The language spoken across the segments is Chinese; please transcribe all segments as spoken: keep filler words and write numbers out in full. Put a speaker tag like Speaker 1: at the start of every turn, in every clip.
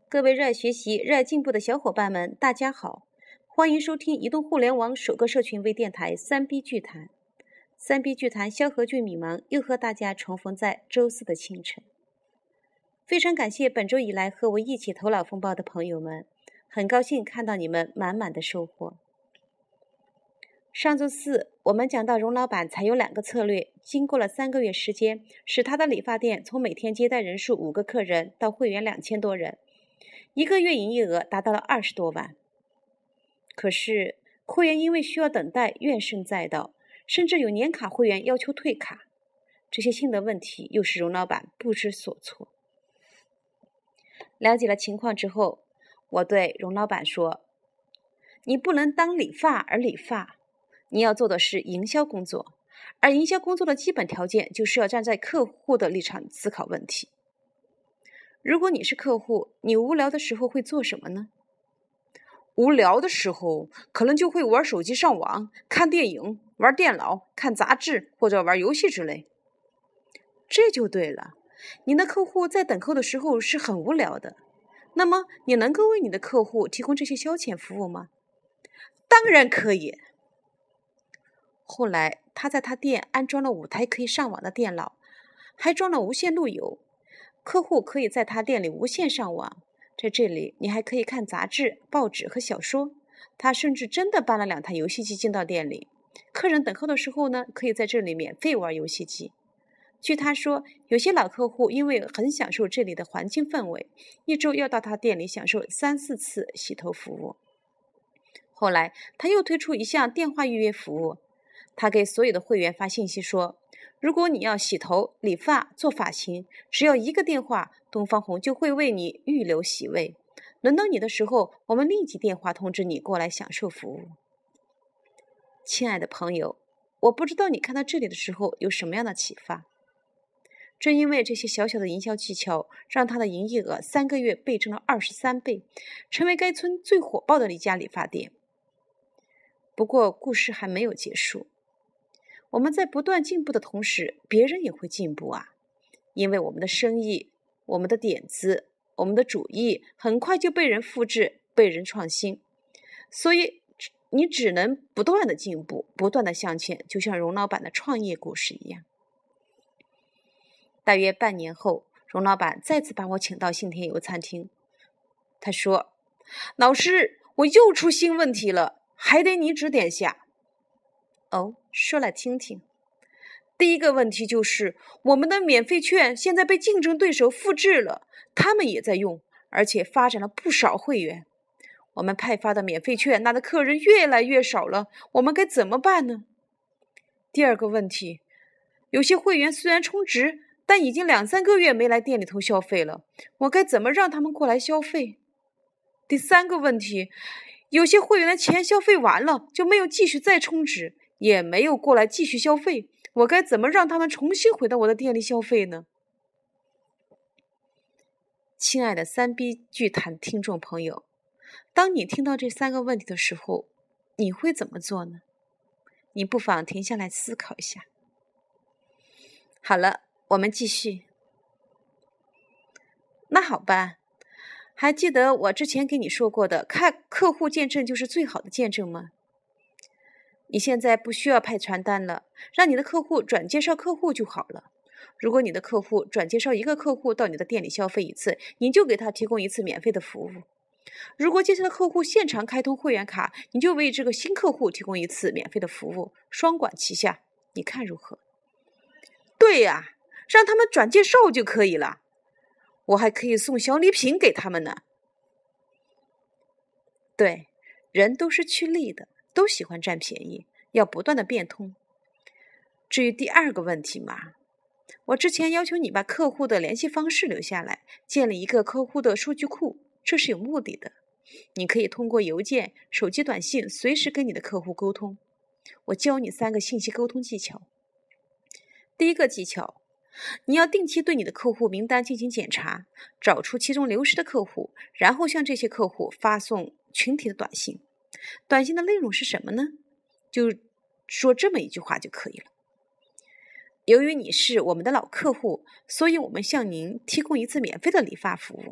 Speaker 1: 各位热爱学习、热爱进步的小伙伴们，大家好！欢迎收听移动互联网首个社群微电台三 B 剧谈。三 B 剧谈萧何俊迷茫又和大家重逢在周四的清晨。非常感谢本周以来和我一起头脑风暴的朋友们，很高兴看到你们满满的收获。上周四我们讲到荣老板采用两个策略，经过了三个月时间，使他的理发店从每天接待人数五个客人到会员两千多人，一个月营业额达到了二十多万。可是会员因为需要等待怨声载道，甚至有年卡会员要求退卡，这些新的问题又使荣老板不知所措。了解了情况之后，我对荣老板说，你不能当理发而理发，你要做的是营销工作，而营销工作的基本条件就是要站在客户的立场思考问题。如果你是客户，你无聊的时候会做什么呢？
Speaker 2: 无聊的时候可能就会玩手机上网、看电影、玩电脑、看杂志或者玩游戏之类。
Speaker 1: 这就对了，你的客户在等候的时候是很无聊的，那么你能够为你的客户提供这些消遣服务吗？
Speaker 2: 当然可以。
Speaker 1: 后来他在他店安装了五台可以上网的电脑，还装了无线路由，客户可以在他店里无线上网，在这里你还可以看杂志、报纸和小说。他甚至真的搬了两台游戏机进到店里，客人等候的时候呢，可以在这里免费玩游戏机。据他说，有些老客户因为很享受这里的环境氛围，一周要到他店里享受三四次洗头服务。后来他又推出一项电话预约服务，他给所有的会员发信息说，如果你要洗头、理发、做发型，只要一个电话，东方红就会为你预留席位，轮到你的时候，我们立即电话通知你过来享受服务。亲爱的朋友，我不知道你看到这里的时候有什么样的启发。正因为这些小小的营销技巧，让他的营业额三个月倍增了二十三倍，成为该村最火爆的一家理发店。不过故事还没有结束，我们在不断进步的同时，别人也会进步啊！因为我们的生意、我们的点子、我们的主意很快就被人复制、被人创新，所以你只能不断的进步，不断的向前，就像荣老板的创业故事一样。大约半年后，荣老板再次把我请到信天游餐厅。他说，
Speaker 2: 老师，我又出新问题了，还得你指点下。
Speaker 1: 哦，说来听听。
Speaker 2: 第一个问题就是，我们的免费券现在被竞争对手复制了，他们也在用，而且发展了不少会员。我们派发的免费券拿的客人越来越少了，我们该怎么办呢？第二个问题，有些会员虽然充值，但已经两三个月没来店里头消费了，我该怎么让他们过来消费？第三个问题，有些会员的钱消费完了，就没有继续再充值，也没有过来继续消费，我该怎么让他们重新回到我的店里消费呢？
Speaker 1: 亲爱的三 B 剧谈听众朋友，当你听到这三个问题的时候，你会怎么做呢？你不妨停下来思考一下。好了，我们继续。那好吧，还记得我之前给你说过的，看客户见证就是最好的见证吗？你现在不需要派传单了，让你的客户转介绍客户就好了。如果你的客户转介绍一个客户到你的店里消费一次，你就给他提供一次免费的服务。如果接下来客户现场开通会员卡，你就为这个新客户提供一次免费的服务，双管齐下，你看如何？
Speaker 2: 对呀，让他们转介绍就可以了，我还可以送小礼品给他们呢。
Speaker 1: 对，人都是趋利的，都喜欢占便宜，要不断的变通。至于第二个问题嘛，我之前要求你把客户的联系方式留下来，建立一个客户的数据库，这是有目的的。你可以通过邮件、手机短信随时跟你的客户沟通。我教你三个信息沟通技巧。第一个技巧，你要定期对你的客户名单进行检查，找出其中流失的客户，然后向这些客户发送群体的短信。短信的内容是什么呢？就说这么一句话就可以了。由于你是我们的老客户，所以我们向您提供一次免费的理发服务。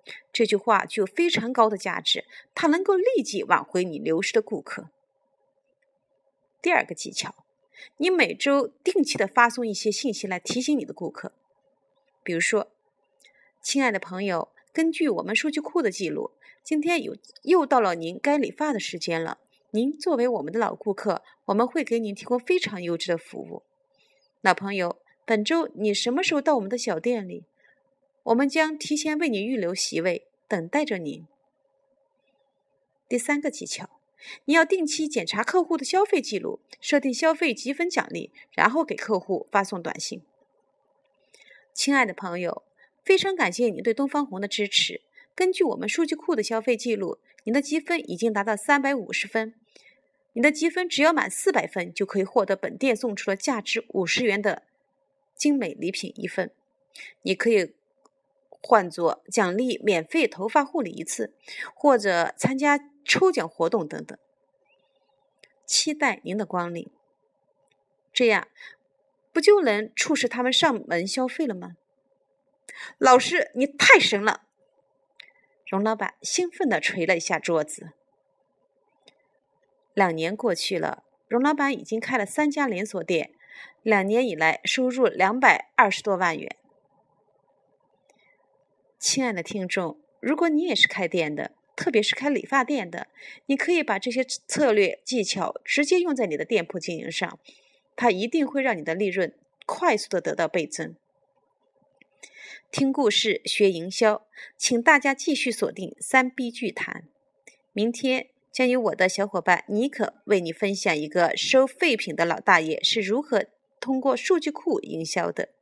Speaker 1: 这句话具有非常高的价值，它能够立即挽回你流失的顾客。第二个技巧，你每周定期的发送一些信息来提醒你的顾客。比如说，亲爱的朋友，根据我们数据库的记录，今天有又到了您该理发的时间了。您作为我们的老顾客，我们会给您提供非常优质的服务。老朋友，本周你什么时候到我们的小店里？我们将提前为你预留席位，等待着您。第三个技巧，你要定期检查客户的消费记录，设定消费积分奖励，然后给客户发送短信。亲爱的朋友，非常感谢你对东方红的支持。根据我们数据库的消费记录，你的积分已经达到三百五十分。你的积分只要满四百分，就可以获得本店送出了价值五十元的精美礼品一份。你可以换作奖励免费头发护理一次，或者参加抽奖活动等等。期待您的光临，这样不就能促使他们上门消费了吗？老师，你太神了！荣老板兴奋地捶了一下桌子。两年过去了，荣老板已经开了三家连锁店，两年以来收入两百二十多万元。亲爱的听众，如果你也是开店的，特别是开理发店的，你可以把这些策略技巧直接用在你的店铺经营上，它一定会让你的利润快速的得到倍增。听故事学营销，请大家继续锁定三 B 剧谈。明天将由我的小伙伴尼克为你分享一个收废品的老大爷是如何通过数据库营销的。